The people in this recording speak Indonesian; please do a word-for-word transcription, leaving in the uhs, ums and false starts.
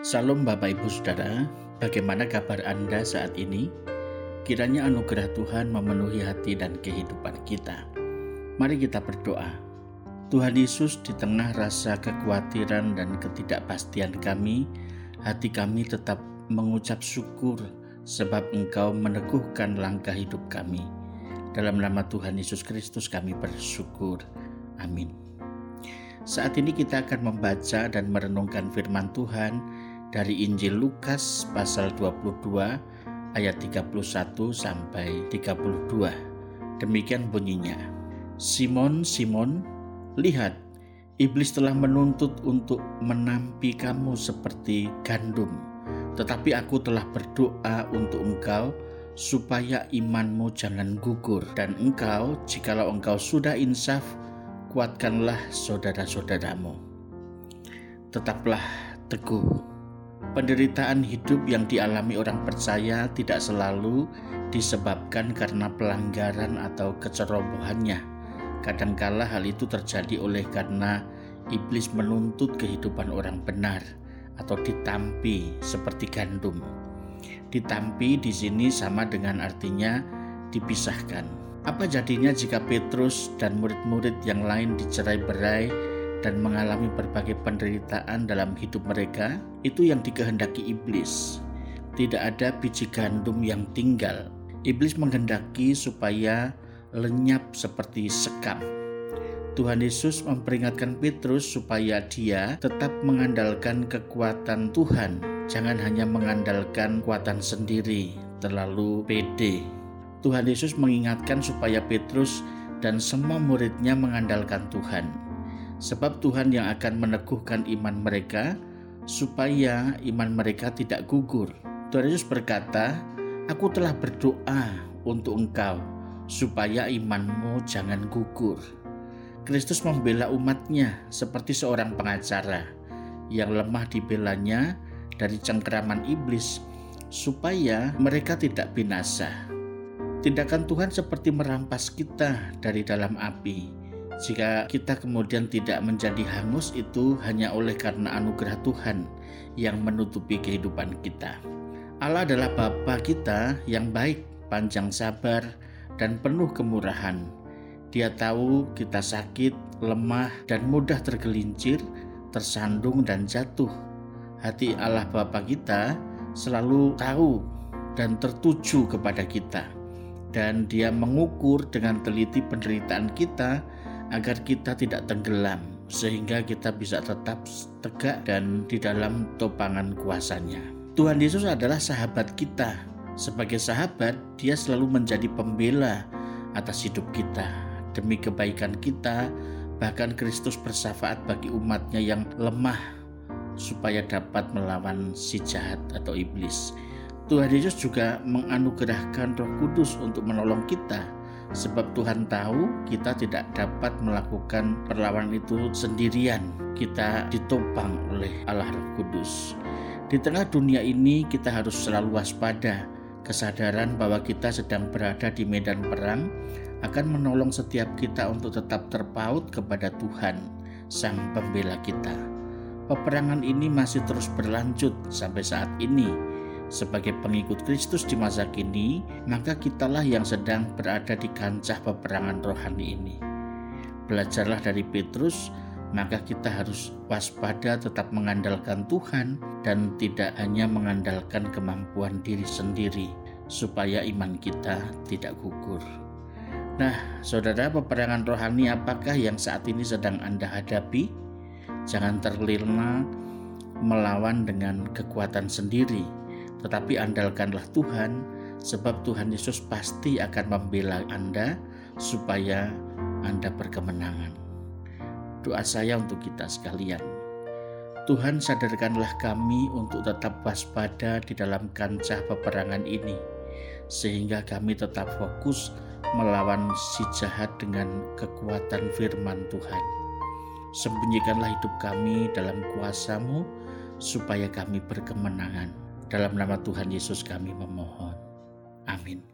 Salam Bapak Ibu Saudara, bagaimana kabar Anda saat ini? Kiranya anugerah Tuhan memenuhi hati dan kehidupan kita. Mari kita berdoa. Tuhan Yesus, di tengah rasa kekhawatiran dan ketidakpastian kami, hati kami tetap mengucap syukur sebab Engkau meneguhkan langkah hidup kami. Dalam nama Tuhan Yesus Kristus kami bersyukur. Amin. Saat ini kita akan membaca dan merenungkan firman Tuhan dari Injil Lukas pasal dua puluh dua ayat tiga puluh satu sampai tiga puluh dua. Demikian bunyinya. Simon, Simon, lihat, iblis telah menuntut untuk menampi kamu seperti gandum. Tetapi aku telah berdoa untuk engkau supaya imanmu jangan gugur. Dan engkau, jikalau engkau sudah insaf, kuatkanlah saudara-saudaramu. Tetaplah teguh. Penderitaan hidup yang dialami orang percaya tidak selalu disebabkan karena pelanggaran atau kecerobohannya. Kadangkala hal itu terjadi oleh karena iblis menuntut kehidupan orang benar atau ditampi seperti gandum. Ditampi di sini sama dengan artinya dipisahkan. Apa jadinya jika Petrus dan murid-murid yang lain dicerai-berai dan mengalami berbagai penderitaan dalam hidup mereka? Itu yang dikehendaki iblis. Tidak ada biji gandum yang tinggal. Iblis menghendaki supaya lenyap seperti sekam. Tuhan Yesus memperingatkan Petrus supaya dia tetap mengandalkan kekuatan Tuhan. Jangan hanya mengandalkan kekuatan sendiri, terlalu pede. Tuhan Yesus mengingatkan supaya Petrus dan semua muridnya mengandalkan Tuhan. Sebab Tuhan yang akan meneguhkan iman mereka supaya iman mereka tidak gugur. Tuhan Yesus berkata, aku telah berdoa untuk engkau supaya imanmu jangan gugur. Kristus membela umatnya seperti seorang pengacara yang lemah dibelanya dari cengkeraman iblis supaya mereka tidak binasa. Tindakan Tuhan seperti merampas kita dari dalam api. Jika kita kemudian tidak menjadi hangus, itu hanya oleh karena anugerah Tuhan yang menutupi kehidupan kita. Allah adalah Bapa kita yang baik, panjang sabar, dan penuh kemurahan. Dia tahu kita sakit, lemah, dan mudah tergelincir, tersandung, dan jatuh. Hati Allah Bapa kita selalu tahu dan tertuju kepada kita. Dan dia mengukur dengan teliti penderitaan kita agar kita tidak tenggelam, sehingga kita bisa tetap tegak dan di dalam topangan kuasanya. Tuhan Yesus adalah sahabat kita. Sebagai sahabat, dia selalu menjadi pembela atas hidup kita. Demi kebaikan kita, bahkan Kristus bersyafaat bagi umatnya yang lemah, supaya dapat melawan si jahat atau iblis. Tuhan Yesus juga menganugerahkan Roh Kudus untuk menolong kita, sebab Tuhan tahu kita tidak dapat melakukan perlawanan itu sendirian. Kita ditopang oleh Allah Roh Kudus. Di tengah dunia ini kita harus selalu waspada. Kesadaran bahwa kita sedang berada di medan perang akan menolong setiap kita untuk tetap terpaut kepada Tuhan, Sang Pembela kita. Peperangan ini masih terus berlanjut sampai saat ini. Sebagai pengikut Kristus di masa kini, maka kitalah yang sedang berada di kancah peperangan rohani ini. Belajarlah dari Petrus, maka kita harus waspada, tetap mengandalkan Tuhan dan tidak hanya mengandalkan kemampuan diri sendiri, supaya iman kita tidak gugur. Nah, saudara, peperangan rohani apakah yang saat ini sedang Anda hadapi? Jangan terlena melawan dengan kekuatan sendiri, tetapi andalkanlah Tuhan, sebab Tuhan Yesus pasti akan membela Anda supaya Anda berkemenangan. Doa saya untuk kita sekalian. Tuhan, sadarkanlah kami untuk tetap waspada di dalam kancah peperangan ini, sehingga kami tetap fokus melawan si jahat dengan kekuatan firman Tuhan. Sembunyikanlah hidup kami dalam kuasa-Mu, supaya kami berkemenangan. Dalam nama Tuhan Yesus kami memohon. Amin.